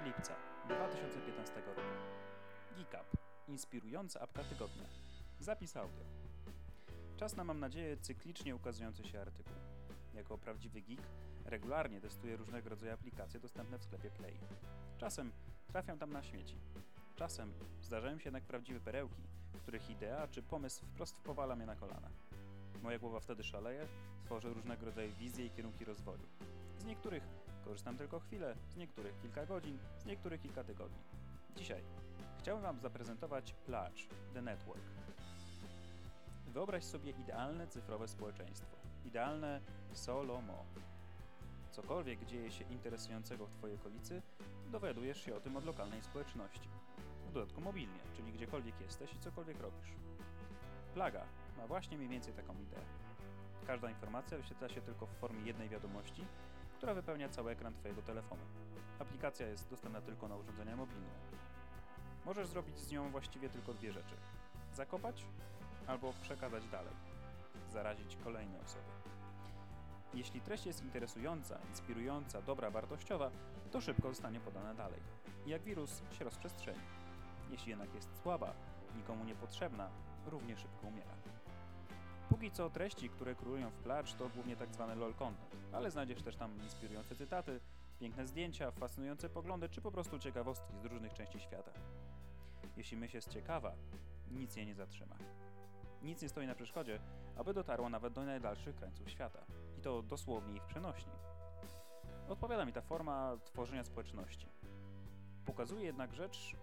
lipca 2015 roku. GeekUp. Inspirująca apka tygodnia. Zapis audio. Czas na, mam nadzieję, cyklicznie ukazujący się artykuł. Jako prawdziwy geek regularnie testuję różnego rodzaju aplikacje dostępne w sklepie Play. Czasem trafiam tam na śmieci. Czasem zdarzają się jednak prawdziwe perełki, których idea czy pomysł wprost powala mnie na kolana. Moja głowa wtedy szaleje, tworzę różnego rodzaju wizje i kierunki rozwoju. Z niektórych korzystam tylko chwilę, z niektórych kilka godzin, z niektórych kilka tygodni. Dzisiaj chciałbym Wam zaprezentować Plugg, The Network. Wyobraź sobie idealne cyfrowe społeczeństwo. Idealne solo-mo. Cokolwiek dzieje się interesującego w Twojej okolicy, dowiadujesz się o tym od lokalnej społeczności. W dodatku mobilnie, czyli gdziekolwiek jesteś i cokolwiek robisz. Plugga ma właśnie mniej więcej taką ideę. Każda informacja wyświetla się tylko w formie jednej wiadomości, która wypełnia cały ekran Twojego telefonu. Aplikacja jest dostępna tylko na urządzenia mobilne. Możesz zrobić z nią właściwie tylko dwie rzeczy. Zakopać albo przekazać dalej. Zarazić kolejne osoby. Jeśli treść jest interesująca, inspirująca, dobra, wartościowa, to szybko zostanie podana dalej. I jak wirus się rozprzestrzeni. Jeśli jednak jest słaba, nikomu niepotrzebna, równie szybko umiera. Póki co treści, które królują w Plugg, to głównie tak zwany LOL content, ale znajdziesz też tam inspirujące cytaty, piękne zdjęcia, fascynujące poglądy czy po prostu ciekawostki z różnych części świata. Jeśli myśl jest ciekawa, nic jej nie zatrzyma. Nic nie stoi na przeszkodzie, aby dotarło nawet do najdalszych krańców świata. I to dosłownie i w przenośni. Odpowiada mi ta forma tworzenia społeczności. Pokazuje jednak rzecz,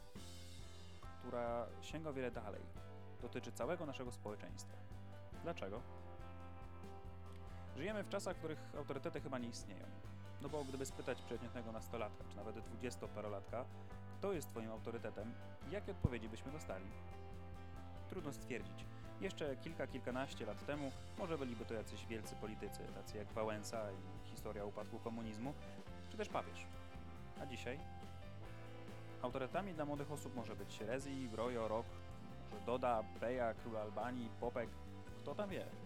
która sięga o wiele dalej. Dotyczy całego naszego społeczeństwa. Dlaczego? Żyjemy w czasach, w których autorytety chyba nie istnieją. No bo gdyby spytać przeciętnego nastolatka, czy nawet 20-parolatka, kto jest Twoim autorytetem, jakie odpowiedzi byśmy dostali? Trudno stwierdzić. Jeszcze kilkanaście lat temu może byliby to jacyś wielcy politycy, tacy jak Wałęsa i historia upadku komunizmu, czy też papież. A dzisiaj? Autorytetami dla młodych osób może być Rezi, Brojo, Rock, może Doda, Beja, Król Albanii, Popek, kto tam wie?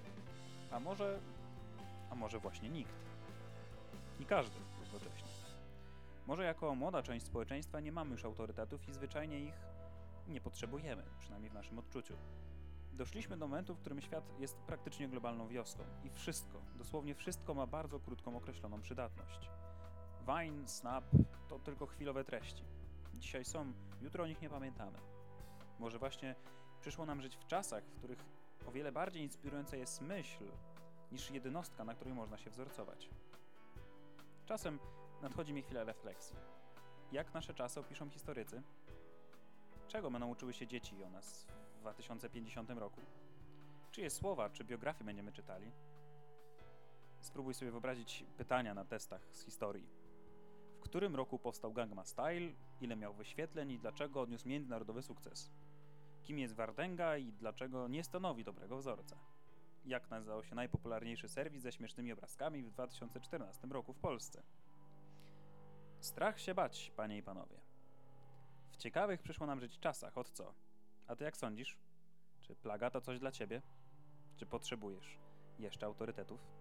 A może właśnie nikt. I każdy równocześnie. Może jako młoda część społeczeństwa nie mamy już autorytetów i zwyczajnie ich nie potrzebujemy, przynajmniej w naszym odczuciu. Doszliśmy do momentu, w którym świat jest praktycznie globalną wioską i wszystko, dosłownie wszystko ma bardzo krótką określoną przydatność. Vine, Snap to tylko chwilowe treści. Dzisiaj są, jutro o nich nie pamiętamy. Może właśnie przyszło nam żyć w czasach, w których o wiele bardziej inspirująca jest myśl niż jednostka, na której można się wzorcować. Czasem nadchodzi mi chwila refleksji. Jak nasze czasy opiszą historycy? Czego będą uczyły się dzieci o nas w 2050 roku? Czyje słowa czy biografie będziemy czytali? Spróbuj sobie wyobrazić pytania na testach z historii. W którym roku powstał Gangnam Style? Ile miał wyświetleń i dlaczego odniósł międzynarodowy sukces? Kim jest Wardenga i dlaczego nie stanowi dobrego wzorca? Jak nazywał się najpopularniejszy serwis ze śmiesznymi obrazkami w 2014 roku w Polsce? Strach się bać, panie i panowie. W ciekawych przyszło nam żyć czasach, od co? A ty jak sądzisz? Czy Plugga to coś dla ciebie? Czy potrzebujesz jeszcze autorytetów?